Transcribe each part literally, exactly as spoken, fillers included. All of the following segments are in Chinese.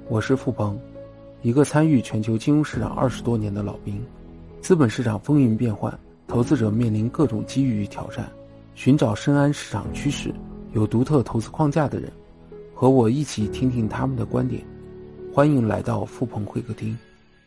我是付鹏，一个参与全球金融市场二十多年的老兵。资本市场风云变幻，投资者面临各种机遇与挑战，寻找深谙市场趋势、有独特投资框架的人，和我一起听听他们的观点。欢迎来到付鹏会客厅。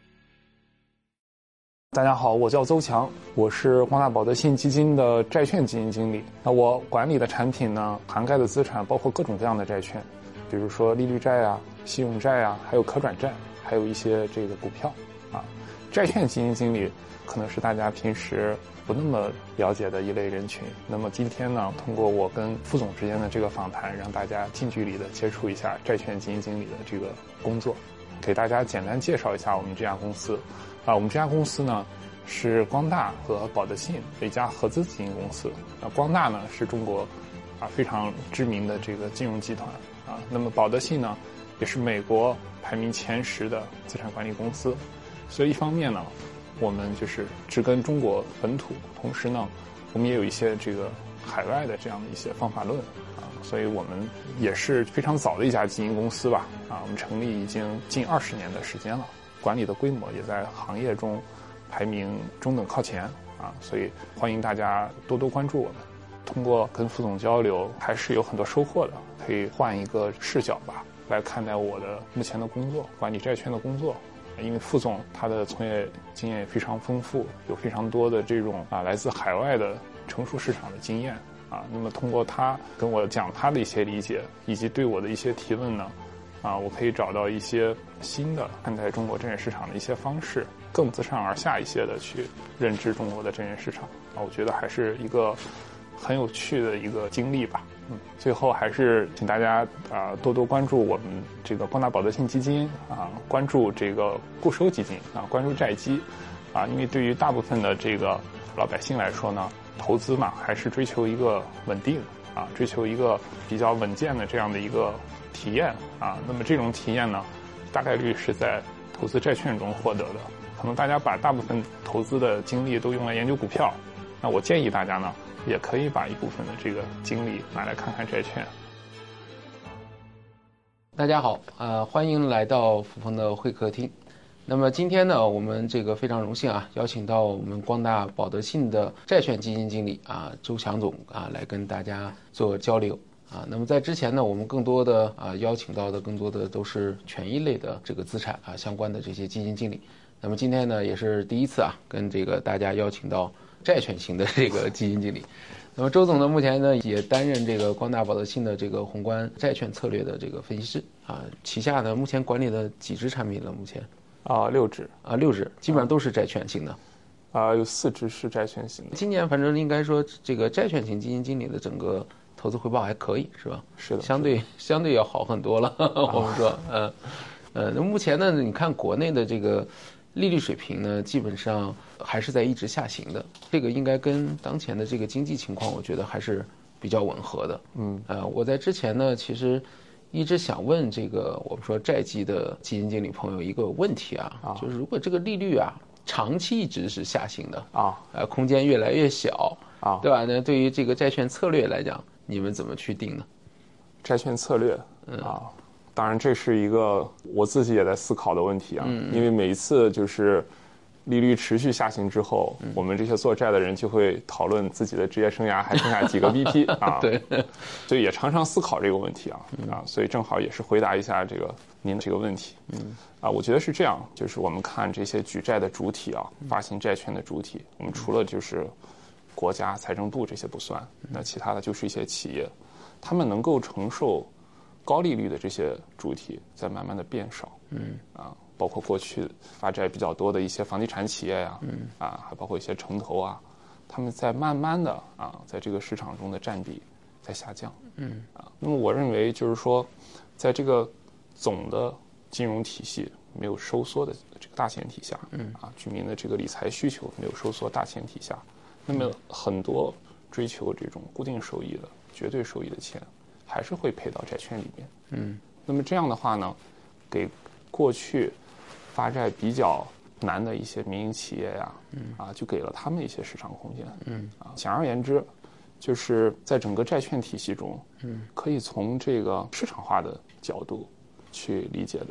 大家好，我叫邹强，我是光大保德信基金的债券基金经理。那我管理的产品呢，涵盖的资产包括各种各样的债券，比如说利率债啊、信用债啊，还有可转债，还有一些这个股票啊。债券基金经理可能是大家平时不那么了解的一类人群。那么今天呢，通过我跟副总之间的这个访谈，让大家近距离的接触一下债券基金经理的这个工作，给大家简单介绍一下我们这家公司。啊，我们这家公司呢是光大和保德信的一家合资基金公司。那光大呢是中国啊非常知名的这个金融集团啊，那么保德信呢也是美国排名前十的资产管理公司。所以一方面呢，我们就是只跟中国本土，同时呢，我们也有一些这个海外的这样的一些方法论啊，所以我们也是非常早的一家基金公司吧啊，我们成立已经近二十年的时间了。管理的规模也在行业中排名中等靠前啊，所以欢迎大家多多关注我们。通过跟副总交流，还是有很多收获的，可以换一个视角吧来看待我的目前的工作，管理债券的工作。因为副总他的从业经验也非常丰富，有非常多的这种啊来自海外的成熟市场的经验啊。那么通过他跟我讲他的一些理解，以及对我的一些提问呢。啊，我可以找到一些新的看待中国证券市场的一些方式，更自上而下一些的去认知中国的证券市场啊，我觉得还是一个很有趣的一个经历吧。嗯，最后还是请大家啊多多关注我们这个光大保德信基金啊，关注这个固收基金啊，关注债基啊，因为对于大部分的这个老百姓来说呢，投资嘛还是追求一个稳定啊，追求一个比较稳健的这样的一个体验啊，那么这种体验呢，大概率是在投资债券中获得的。可能大家把大部分投资的精力都用来研究股票，那我建议大家呢，也可以把一部分的这个精力拿来看看债券。 大家好，呃，欢迎来到付鹏的会客厅。那么今天呢，我们这个非常荣幸啊，邀请到我们光大保德信的债券基金经理啊，周强总啊，来跟大家做交流。啊，那么在之前呢，我们更多的啊邀请到的更多的都是权益类的这个资产啊相关的这些基金经理。那么今天呢，也是第一次啊，跟这个大家邀请到债券型的这个基金经理。那么周总呢，目前呢也担任这个光大保德信的这个宏观债券策略的这个分析师啊，旗下呢目前管理的几只产品了？目前啊六只啊六只，基本上都是债券型的。 啊，有四只是债券型的。 今年反正应该说这个债券型基金经理的整个投资回报还可以，是吧？ 是的， 相对相对要好很多了。我们说，呃，呃，那目前呢，你看国内的这个利率水平呢，基本上还是在一直下行的。这个应该跟当前的这个经济情况，我觉得还是比较吻合的。嗯，呃，我在之前呢，其实一直想问这个我们说债基的基金经理朋友一个问题啊，啊就是如果这个利率啊长期一直是下行的啊，呃，空间越来越小啊，对吧？那对于这个债券策略来讲，你们怎么去定呢？ 债券策略、嗯、啊，当然这是一个我自己也在思考的问题啊。嗯、因为每一次就是利率持续下行之后、嗯，我们这些做债的人就会讨论自己的职业生涯还剩下几个 B P 啊。对，所以也常常思考这个问题啊、嗯、啊，所以正好也是回答一下这个您的这个问题。嗯啊，我觉得是这样，就是我们看这些举债的主体啊，发行债券的主体，我们除了就是国家财政部这些不算，那其他的就是一些企业，他们能够承受高利率的这些主体在慢慢的变少。嗯啊，包括过去发债比较多的一些房地产企业呀、啊，嗯啊，还包括一些城投啊，他们在慢慢的啊，在这个市场中的占比在下降。嗯啊，那么我认为就是说，在这个总的金融体系没有收缩的这个大前提下，嗯啊，居民的这个理财需求没有收缩大前提下。那么很多追求这种固定收益的绝对收益的钱还是会配到债券里面。嗯，那么这样的话呢，给过去发债比较难的一些民营企业呀、啊，嗯啊，就给了他们一些市场空间。嗯啊，简而言之，就是在整个债券体系中，嗯，可以从这个市场化的角度去理解的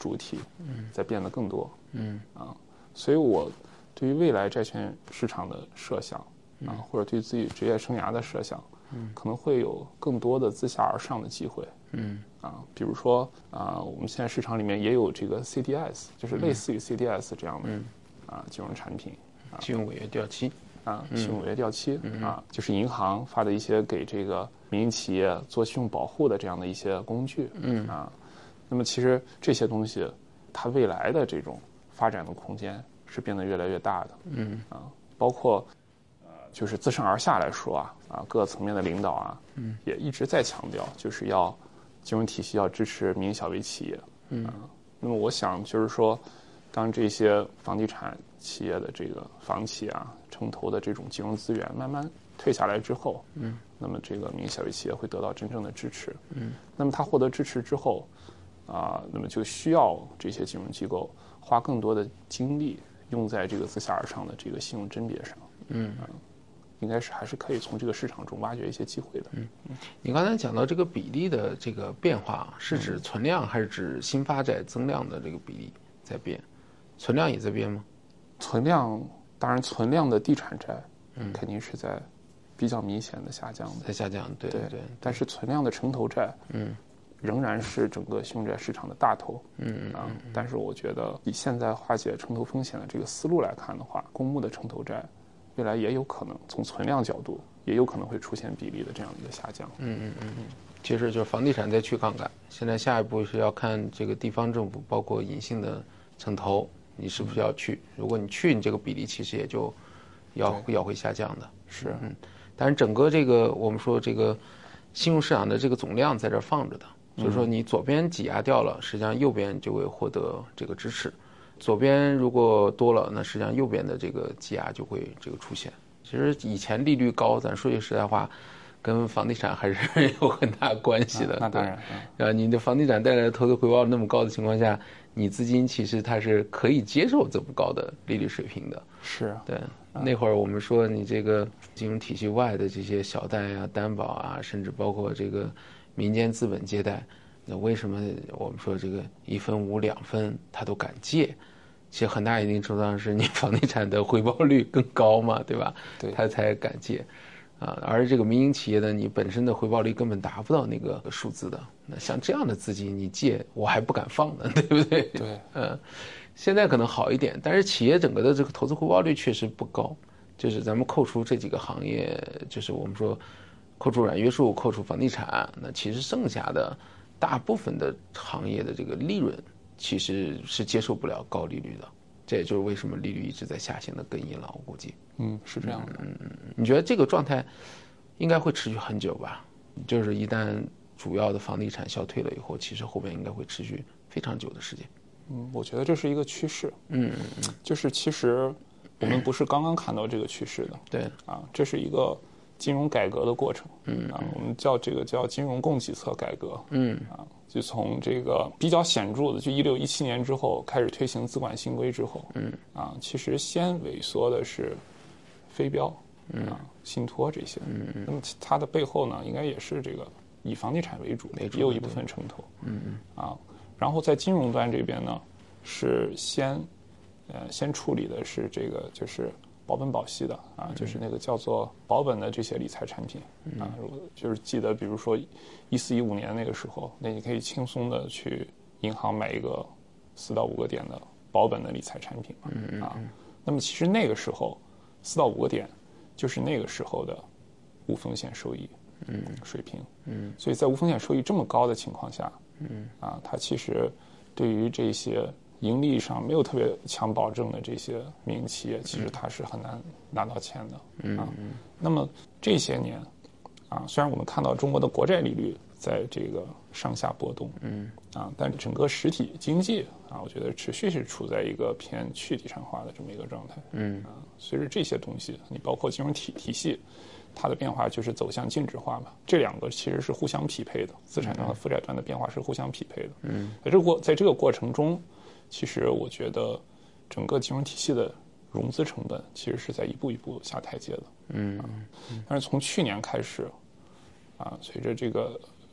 主体，嗯，在变得更多，嗯啊，所以我对于未来债券市场的设想啊，或者对自己职业生涯的设想，嗯，可能会有更多的自下而上的机会，嗯啊，比如说啊，我们现在市场里面也有这个 C D S， 就是类似于 C D S 这样的、嗯、啊金融产品， 信用违约掉期。 啊，信用违约掉期、嗯、啊，就是银行发的一些给这个民营企业做信用保护的这样的一些工具，嗯啊，那么其实这些东西，它未来的这种发展的空间是变得越来越大的，嗯啊，包括呃，就是自上而下来说啊，啊，各层面的领导啊，嗯，也一直在强调，就是要金融体系要支持民营小微企业，嗯、啊，那么我想就是说，当这些房地产企业的这个房企啊，城投的这种金融资源慢慢退下来之后，嗯，那么这个民营小微企业会得到真正的支持，嗯，那么它获得支持之后，啊、呃，那么就需要这些金融机构花更多的精力用在这个自下而上的这个信用甄别上，嗯，呃、应该是还是可以从这个市场中挖掘一些机会的。 嗯，嗯你刚才讲到这个比例的这个变化，是指存量还是指新发债增量的这个比例在变？存量也在变吗？ 存量，当然存量的地产债，嗯，肯定是在比较明显的下降的， 在下降，对对 对, 对。 但是存量的城投债，嗯，仍然是整个信用债市场的大头，嗯啊。但是我觉得以现在化解城投风险的这个思路来看的话，公募的城投债，未来也有可能从存量角度，也有可能会出现比例的这样的一个下降。 嗯嗯嗯嗯。其实就是房地产在去杠杆，现在下一步是要看这个地方政府，包括隐性的城投。你是不是要去？如果你去，你这个比例其实也就要要会下降的。 是， 嗯，但是整个这个我们说这个信用市场的这个总量在这放着的，就是说你左边挤压掉了，实际上右边就会获得这个支持。左边如果多了，那实际上右边的这个挤压就会这个出现。其实以前利率高，咱说句实在话，跟房地产还是有很大关系的。 啊、那当然， 啊，你的房地产带来的投资回报那么高的情况下，你资金其实它是可以接受这么高的利率水平的。 是， 对。那会儿我们说你这个金融体系外的这些小贷啊、担保啊，甚至包括这个民间资本借贷，那为什么我们说这个一分五、两分他都敢借？其实很大一定程度上是你房地产的回报率更高嘛，对吧？ 对， 他才敢借。啊，而这个民营企业呢，你本身的回报率根本达不到那个数字的。那像这样的资金，你借我还不敢放呢，对不对？ 对， 嗯，现在可能好一点，但是企业整个的这个投资回报率确实不高。就是咱们扣除这几个行业，就是我们说扣除软约束、扣除房地产，那其实剩下的大部分的行业的这个利润其实是接受不了高利率的。这也就是为什么利率一直在下行的根因了，我估计。 嗯，是这样的。 嗯嗯，你觉得这个状态应该会持续很久吧？就是一旦主要的房地产消退了以后，其实后边应该会持续非常久的时间。 嗯，我觉得这是一个趋势。 嗯嗯嗯， 就是其实我们不是刚刚看到这个趋势的。 对啊，这是一个金融改革的过程。嗯啊，我们叫这个叫金融供给侧改革。嗯啊。就从这个比较显著的，就一六一七年之后开始推行资管新规之后，嗯啊，其实先萎缩的是非标，嗯啊，信托这些，嗯嗯，那么它的背后呢，应该也是这个以房地产为主，也有一部分城投，嗯嗯啊，然后在金融端这边呢，是先呃先处理的是这个就是保本保息的啊，就是那个叫做保本的这些理财产品啊，就是记得比如说一四一五年那个时候，那你可以轻松的去银行买一个四到五个点的保本的理财产品嘛啊，那么其实那个时候四到五个点就是那个时候的无风险收益水平，嗯，所以在无风险收益这么高的情况下，嗯啊，它其实对于这些盈利上没有特别强保证的这些民营企业，其实它是很难拿到钱的，嗯啊。那么这些年，啊，虽然我们看到中国的国债利率在这个上下波动，嗯啊，但整个实体经济啊，我觉得持续是处在一个偏去地产化的这么一个状态，嗯啊。随着这些东西，你包括金融体体系，它的变化就是走向净值化嘛，这两个其实是互相匹配的，资产端和负债端的变化是互相匹配的，嗯。在这个过在这个过程中，其实我觉得整个金融体系的融资成本其实是在一步一步下台阶的，嗯，啊、但是从去年开始，啊，随着这个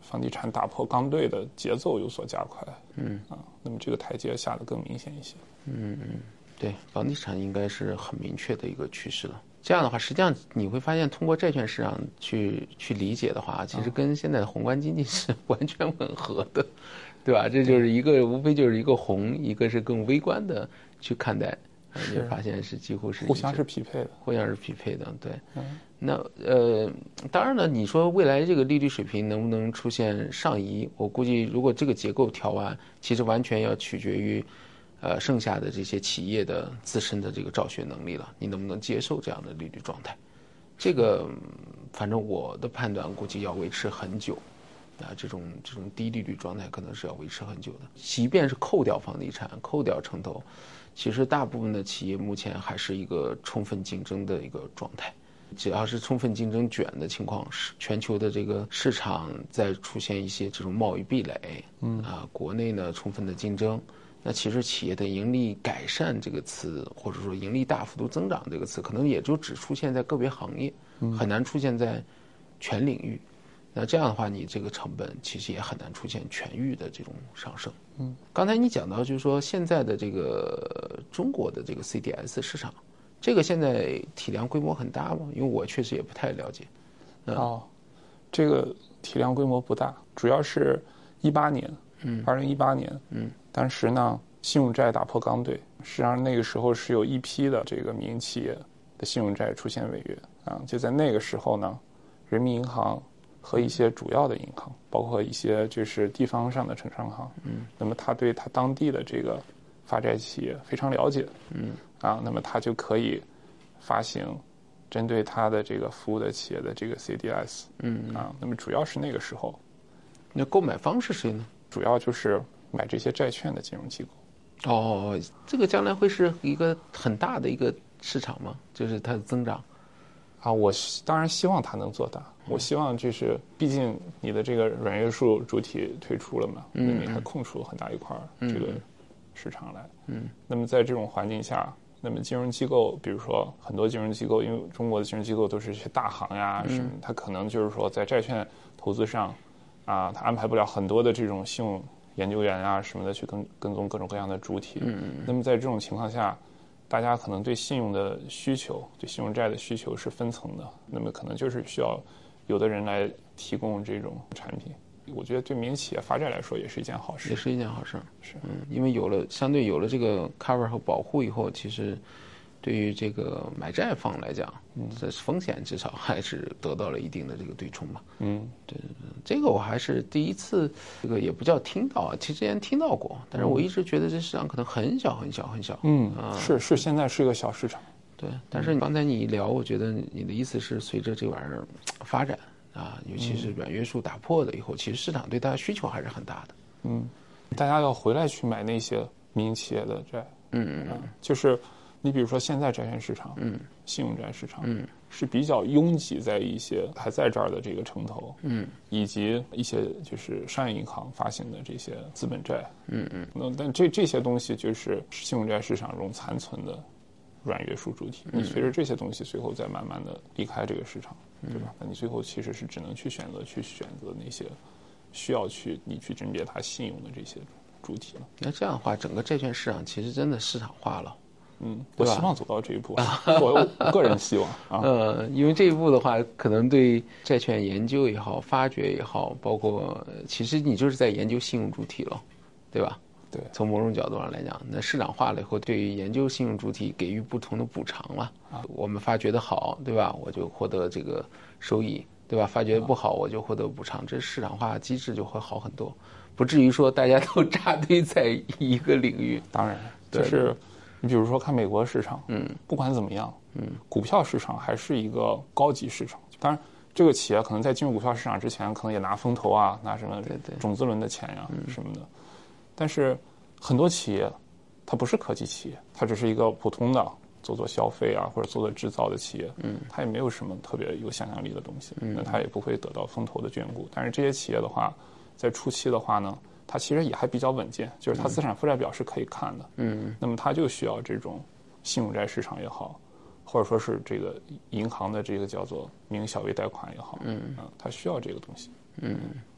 房地产打破刚兑的节奏有所加快，嗯啊，那么这个台阶下得更明显一些。 嗯嗯，对，房地产应该是很明确的一个趋势了。这样的话，实际上你会发现，通过债券市场去去理解的话，其实跟现在的宏观经济是完全吻合的，对吧？这就是一个无非就是一个宏，一个是更微观的去看待，你会发现是几乎是互相是匹配的， 互相是匹配的，对。 嗯， 那呃，当然了，你说未来这个利率水平能不能出现上移？我估计，如果这个结构调完，其实完全要取决于，呃，剩下的这些企业的自身的这个造血能力了。你能不能接受这样的利率状态？这个，反正我的判断估计要维持很久，啊，这种这种低利率状态可能是要维持很久的。即便是扣掉房地产、扣掉城投，其实大部分的企业目前还是一个充分竞争的一个状态。只要是充分竞争卷的情况，是全球的这个市场在出现一些这种贸易壁垒，嗯啊，国内呢充分的竞争，那其实企业的盈利改善这个词，或者说盈利大幅度增长这个词，可能也就只出现在个别行业，很难出现在全领域。那这样的话，你这个成本其实也很难出现全域的这种上升。嗯，刚才你讲到就是说现在的这个中国的这个 C D S 市场。这个现在体量规模很大吗？因为我确实也不太了解。 嗯、哦，这个体量规模不大，主要是一八年，嗯，二零一八年，嗯，当时呢，信用债打破刚兑，实际上那个时候是有一批的这个民营企业的信用债出现违约啊，就在那个时候呢，人民银行和一些主要的银行，包括一些就是地方上的城商行，嗯，那么他对他当地的这个发债企业非常了解，嗯。啊，那么它就可以发行针对它的这个服务的企业的这个 C D S， 嗯啊，那么主要是那个时候。 那购买方是谁呢？ 主要就是买这些债券的金融机构。 哦，这个将来会是一个很大的一个市场吗？就是它的增长。 啊，我当然希望它能做大。我希望就是，毕竟你的这个软约束主体退出了嘛，那嗯你还空出很大一块这个市场来。嗯，那么在这种环境下。那么金融机构，比如说很多金融机构，因为中国的金融机构都是一些大行呀，什么，它可能就是说在债券投资上，啊，它安排不了很多的这种信用研究员啊什么的去跟跟踪各种各样的主体。嗯，那么在这种情况下，大家可能对信用的需求，对信用债的需求是分层的，那么可能就是需要有的人来提供这种产品。我觉得对民营企业发债来说也是一件好事， 也是一件好事。 是， 嗯，因为有了相对有了这个 cover 和保护以后，其实对于这个买债方来讲，嗯，这风险至少还是得到了一定的这个对冲吧。 嗯， 对，这个我还是第一次，这个也不叫听到啊，其实之前听到过，但是我一直觉得这市场可能很小很小很小。 嗯，啊、是是，现在是一个小市场。 对，但是刚才你一聊，我觉得你的意思是随着这玩意儿发展。啊，尤其是软约束打破了以后，嗯、其实市场对它需求还是很大的。 嗯，大家要回来去买那些民营企业的债。 嗯嗯嗯、 啊，就是你比如说现在债券市场，嗯，信用债市场，嗯，是比较拥挤在一些还在这儿的这个城投，嗯，以及一些就是商业银行发行的这些资本债， 嗯嗯。 那但这这些东西就是信用债市场中残存的软约束主体，你随着这些东西最后再慢慢的离开这个市场。对吧？那你最后其实是只能去选择去选择那些需要去你去甄别它信用的这些主体了。 那这样的话，整个债券市场其实真的市场化了。 嗯，我希望走到这一步，我我个人希望啊。 呃，因为这一步的话，可能对债券研究也好、发掘也好，包括其实你就是在研究信用主体了，对吧？ 对， 从某种角度上来讲，那市场化了以后，对于研究信用主体给予不同的补偿了。啊，我们发掘的好，对吧？我就获得这个收益，对吧？发掘不好，我就获得补偿，这市场化机制就会好很多，不至于说大家都扎堆在一个领域。 当然，就是你比如说看美国市场，嗯，不管怎么样，嗯，股票市场还是一个高级市场。当然，这个企业可能在进入股票市场之前，可能也拿风投啊，拿什么种子轮的钱呀、啊、什么的。但是很多企业，它不是科技企业，它只是一个普通的做做消费啊或者做做制造的企业，嗯，它也没有什么特别有想象力的东西，嗯，那它也不会得到风投的眷顾。但是这些企业的话，在初期的话呢，它其实也还比较稳健，就是它资产负债表是可以看的，嗯，那么它就需要这种信用债市场也好，或者说是这个银行的这个叫做民营小微贷款也好，嗯，它需要这个东西， 嗯。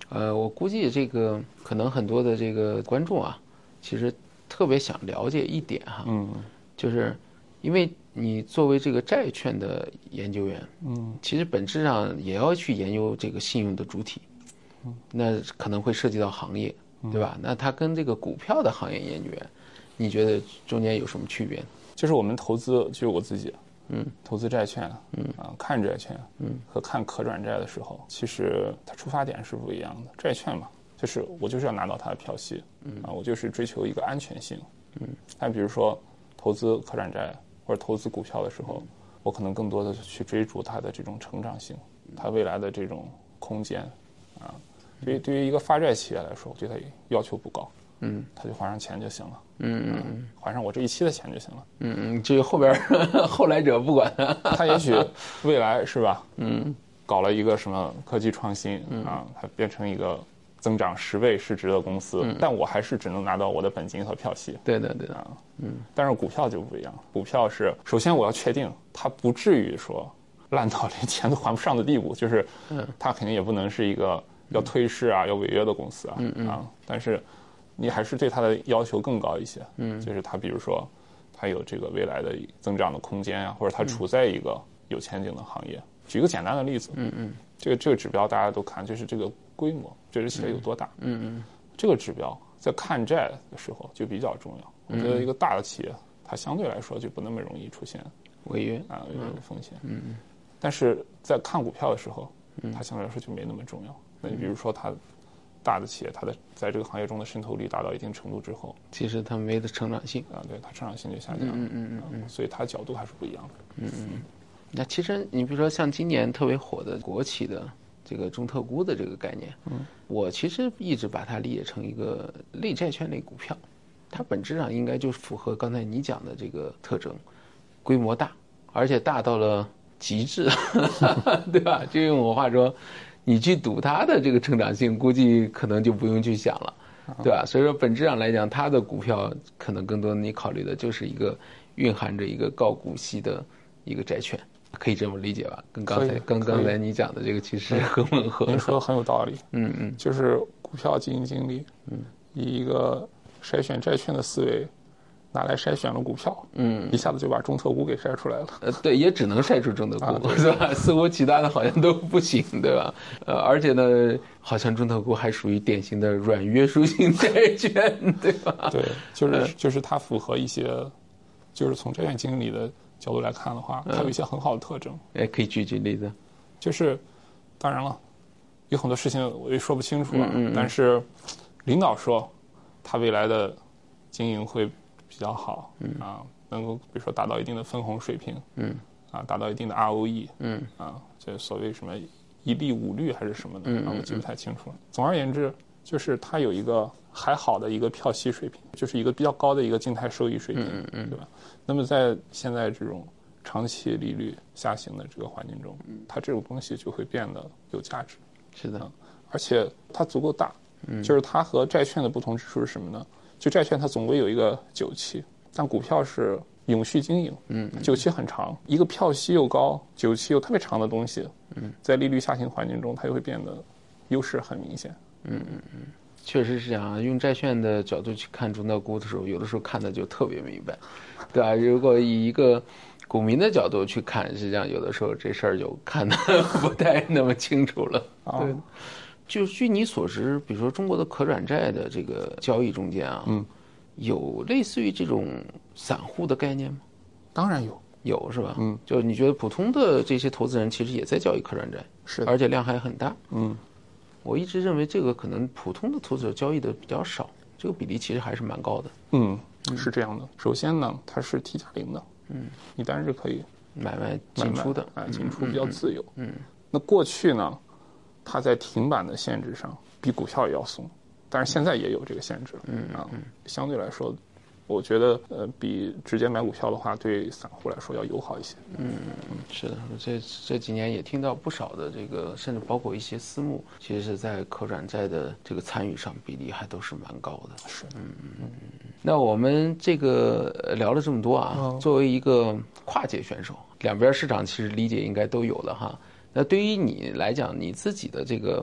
呃，我估计这个可能很多的这个观众啊，其实特别想了解一点哈， 嗯， 就是因为你作为这个债券的研究员， 嗯， 其实本质上也要去研究这个信用的主体，嗯，那可能会涉及到行业，对吧？那它跟这个股票的行业研究员，你觉得中间有什么区别？ 就是我们投资，就是我自己，嗯，投资债券，嗯啊，看债券，嗯，和看可转债的时候，其实它出发点是不一样的。债券嘛，就是我就是要拿到它的票息，嗯啊，我就是追求一个安全性，嗯。但比如说投资可转债或者投资股票的时候，我可能更多的去追逐它的这种成长性，它未来的这种空间，啊，对于对于一个发债企业来说，我觉得要求不高。嗯，他就还上钱就行了。嗯嗯嗯，还上我这一期的钱就行了。 嗯嗯，至于后边后来者不管他。 他也许未来是吧？嗯，搞了一个什么科技创新、嗯、啊，它变成一个增长十倍市值的公司，嗯、但我还是只能拿到我的本金和票息。 对的对的啊，嗯。但是股票就不一样，股票是首先我要确定它不至于说烂到连钱都还不上的地步，就是它肯定也不能是一个要退市啊、要违约的公司啊，嗯嗯啊，但是。你还是对它的要求更高一些，嗯，就是它比如说，它有这个未来的增长的空间啊，或者它处在一个有前景的行业。举一个简单的例子，嗯嗯，这个这个指标大家都看，就是这个规模，这支企业有多大，嗯嗯，这个指标在看债的时候就比较重要。我觉得一个大的企业，它相对来说就不那么容易出现违约啊违约的风险，嗯嗯，但是在看股票的时候，它相对来说就没那么重要。那你比如说它。大的企业，它的在这个行业中的渗透率达到一定程度之后， 其实它没的成长性啊，对它成长性就下降了，嗯嗯嗯嗯，所以它角度还是不一样的， 嗯嗯。那其实你比如说像今年特别火的国企的这个中特估的这个概念，嗯，我其实一直把它理解成一个类债券类股票，它本质上应该就符合刚才你讲的这个特征，规模大，而且大到了极致，对吧？就用我话说。你去赌它的这个成长性，估计可能就不用去想了，对吧？所以说本质上来讲，它的股票可能更多你考虑的就是一个蕴含着一个高股息的一个债券，可以这么理解吧？跟刚才跟刚才你讲的这个其实很吻合。 您说的很有道理，嗯嗯，就是股票基金经理，嗯，以一个筛选债券的思维。拿来筛选了股票，嗯，一下子就把中特估给筛出来了。 呃，对，也只能筛出中特估，啊、是吧？似乎其他的好像都不行，对吧？呃，而且呢，好像中特估还属于典型的软约束性债券，对吧？ 对，就是就是它符合一些，就是从债券经理的角度来看的话，它有一些很好的特征。 哎、嗯，可以举举例子， 就是当然了，有很多事情我也说不清楚啊，嗯嗯嗯但是领导说他未来的经营会。比较好，嗯啊，能够比如说达到一定的分红水平，嗯啊，达到一定的 R O E， 嗯啊，这所谓什么一利五率还是什么的，嗯啊，我记不太清楚了。总而言之，就是它有一个还好的一个票息水平，就是一个比较高的一个静态收益水平，嗯嗯，对吧？那么在现在这种长期利率下行的这个环境中，它这种东西就会变得有价值。 是的， 而且它足够大，嗯，就是它和债券的不同之处是什么呢？就债券它总归有一个久期，但股票是永续经营，嗯，久期很长，一个票息又高，久期又特别长的东西，嗯，在利率下行环境中，它就会变得优势很明显。 嗯嗯嗯，确实是这样。用债券的角度去看中特估的时候，有的时候看的就特别明白，对吧？如果以一个股民的角度去看，实际上有的时候这事儿就看得不太那么清楚了。对。就据你所知，比如说中国的可转债的这个交易中间啊，嗯，有类似于这种散户的概念吗？ 当然有， 有是吧？嗯，就你觉得普通的这些投资人其实也在交易可转债， 是， 而且量还很大。嗯，我一直认为这个可能普通的投资者交易的比较少，这个比例其实还是蛮高的。 嗯，是这样的。首先呢，它是 T 加零的，嗯，你单日可以买卖进出的， 啊，进出比较自由。嗯，那过去呢？它在停板的限制上比股票也要松，但是现在也有这个限制了，嗯啊，相对来说，我觉得呃比直接买股票的话，对散户来说要友好一些。 嗯，是的，这这几年也听到不少的这个，甚至包括一些私募，其实是在可转债的这个参与上比例还都是蛮高的。 是， 嗯嗯。那我们这个聊了这么多啊，嗯、作为一个跨界选手，两边市场其实理解应该都有了哈。那对于你来讲，你自己的这个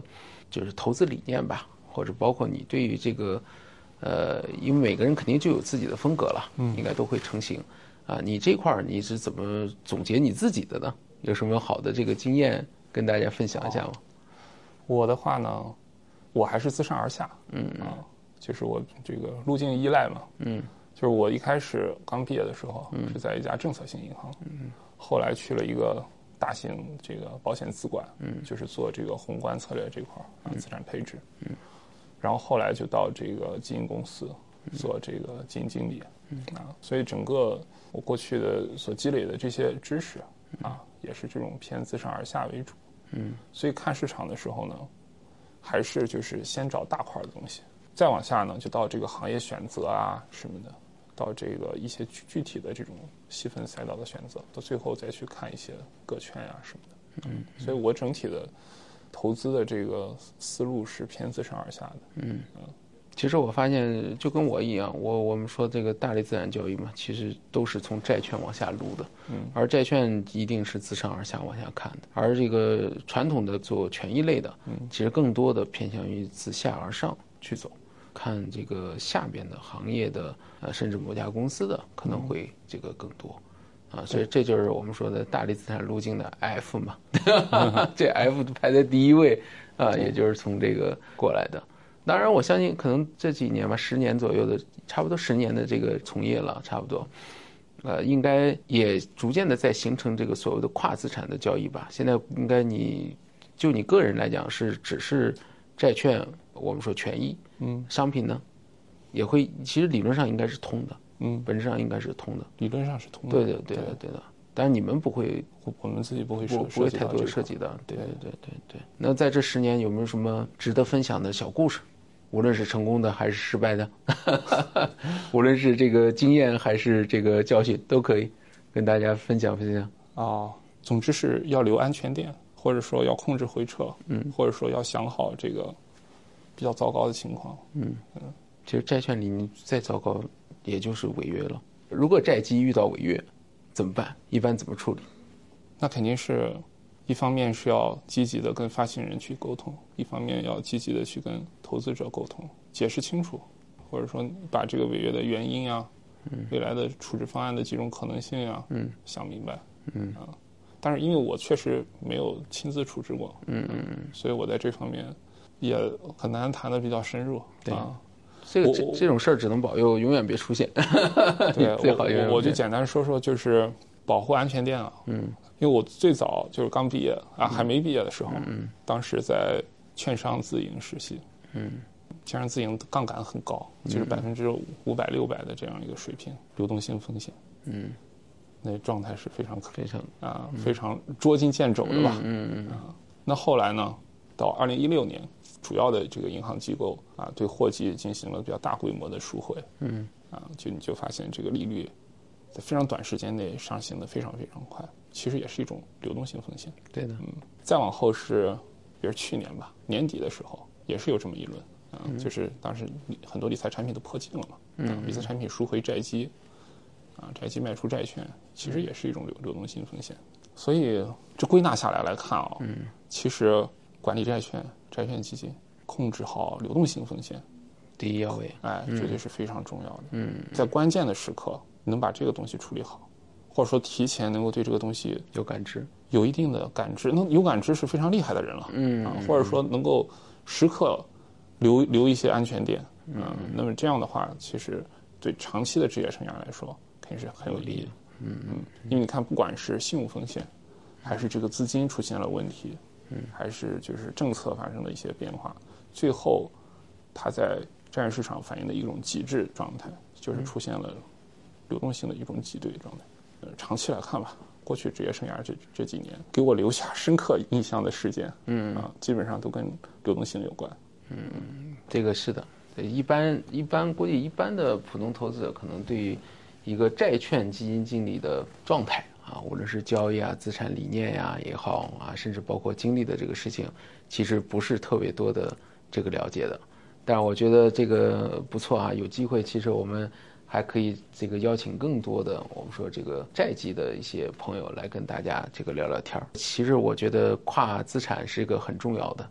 就是投资理念吧，或者包括你对于这个，呃，因为每个人肯定就有自己的风格了，嗯，应该都会成型。啊，你这块儿你是怎么总结你自己的呢？有什么好的这个经验跟大家分享一下吗？ 哦、我的话呢，我还是自上而下，嗯啊，就是我这个路径依赖嘛，嗯，就是我一开始刚毕业的时候、嗯、是在一家政策性银行，嗯，后来去了一个大型这个保险资管，嗯，就是做这个宏观策略这块啊，资产配置，嗯，然后后来就到这个基金公司做这个基金经理，嗯啊，所以整个我过去的所积累的这些知识啊，也是这种偏自上而下为主，嗯，所以看市场的时候呢，还是就是先找大块的东西，再往下呢就到这个行业选择啊什么的，到这个一些具具体的这种细分赛道的选择，到最后再去看一些个权啊什么的，嗯，所以我整体的投资的这个思路是偏自上而下的，嗯嗯。 其实我发现就跟我一样，我我们说这个大类资产交易嘛，其实都是从债券往下撸的，嗯，而债券一定是自上而下往下看的，而这个传统的做权益类的，嗯，其实更多的偏向于自下而上去走，看这个下边的行业的，呃，甚至某家公司的可能会这个更多，啊，所以这就是我们说的大类资产路径的 F 嘛，这 F 排在第一位啊，也就是从这个过来的。当然，我相信可能这几年吧，十年左右的，差不多十年的这个从业了，差不多，呃，应该也逐渐的在形成这个所谓的跨资产的交易吧。现在应该你就你个人来讲是只是债券，我们说权益，嗯，商品呢也会，其实理论上应该是通的，嗯，本质上应该是通的， 理论上是通的， 对的，对的，对的。但是你们不会， 我们自己不会不不会太多涉及的，对对对对对。那在这十年有没有什么值得分享的小故事？无论是成功的还是失败的，无论是这个经验还是这个教训，都可以跟大家分享分享。 啊、哦，总之是要留安全垫，或者说要控制回撤，嗯，或者说要想好这个比较糟糕的情况，嗯嗯。 其实债券里你再糟糕，也就是违约了。如果债基遇到违约，怎么办？一般怎么处理？ 那肯定是。一方面是要积极的跟发行人去沟通，一方面要积极的去跟投资者沟通，解释清楚，或者说把这个违约的原因啊，嗯，未来的处置方案的几种可能性啊，嗯，想明白，嗯啊，但是因为我确实没有亲自处置过，嗯嗯嗯，所以我在这方面也很难谈得比较深入， 对啊， 这个这这种事儿只能保佑永远别出现， 对， 最好我我就简单说说，就是保护安全垫啊，嗯。因为我最早就是刚毕业啊，还没毕业的时候，嗯，当时在券商自营实习，嗯，券商自营杠杆很高，就是百分之五百六百的这样一个水平，流动性风险，嗯，那状态是非常非常啊、嗯、非常捉襟见肘的吧， 嗯嗯啊，那后来呢，到二零一六年，主要的这个银行机构啊，对货基进行了比较大规模的赎回，嗯，啊，就你就发现这个利率在非常短时间内上行的非常非常快。其实也是一种流动性风险， 对的， 嗯，再往后是，比如去年吧，年底的时候也是有这么一轮，啊、嗯，就是当时很多理财产品都破净了嘛，嗯，理财产品赎回债基，啊，债基卖出债券，其实也是一种流流动性风险。所以这归纳下来来看啊、哦，嗯，其实管理债券、债券基金，控制好流动性风险， 第一要位， 哎，绝对是非常重要的。嗯，在关键的时刻，能把这个东西处理好。或者说提前能够对这个东西有感知， 有一定的感知，能有感知是非常厉害的人了，嗯啊，或者说能够时刻留留一些安全垫，嗯、啊，那么这样的话，其实对长期的职业生涯来说，肯定是很有利的，嗯嗯，因为你看，不管是信用风险，还是这个资金出现了问题，嗯，还是就是政策发生了一些变化，最后它在债券市场反映的一种极致状态，就是出现了流动性的一种挤兑状态。呃，长期来看吧，过去职业生涯这这几年给我留下深刻印象的事件，嗯啊，基本上都跟流动性有关。 嗯，这个是的，一般一般估计一般的普通投资者可能对于一个债券基金经理的状态啊，无论是交易啊、资产理念呀、啊、也好啊，甚至包括经历的这个事情，其实不是特别多的这个了解的。但是我觉得这个不错啊，有机会其实我们还可以这个邀请更多的我们说这个债基的一些朋友来跟大家这个聊聊天。其实我觉得跨资产是一个很重要的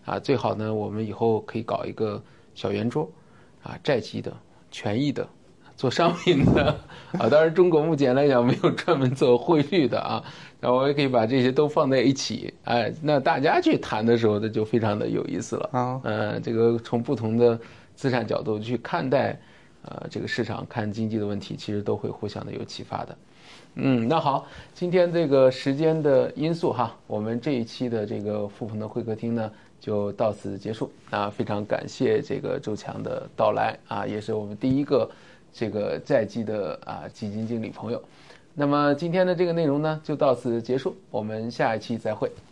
啊，最好呢我们以后可以搞一个小圆桌啊，债基的、权益的、做商品的啊，当然中国目前来讲没有专门做汇率的啊，那我也可以把这些都放在一起，哎，那大家去谈的时候，那就非常的有意思了啊。呃，这个从不同的资产角度去看待，呃，这个市场看经济的问题，其实都会互相的有启发的。嗯，那好，今天这个时间的因素哈，我们这一期的这个富朋的会客厅呢就到此结束啊，非常感谢这个周强的到来啊，也是我们第一个这个在基的啊基金经理朋友。那么今天的这个内容呢就到此结束，我们下一期再会。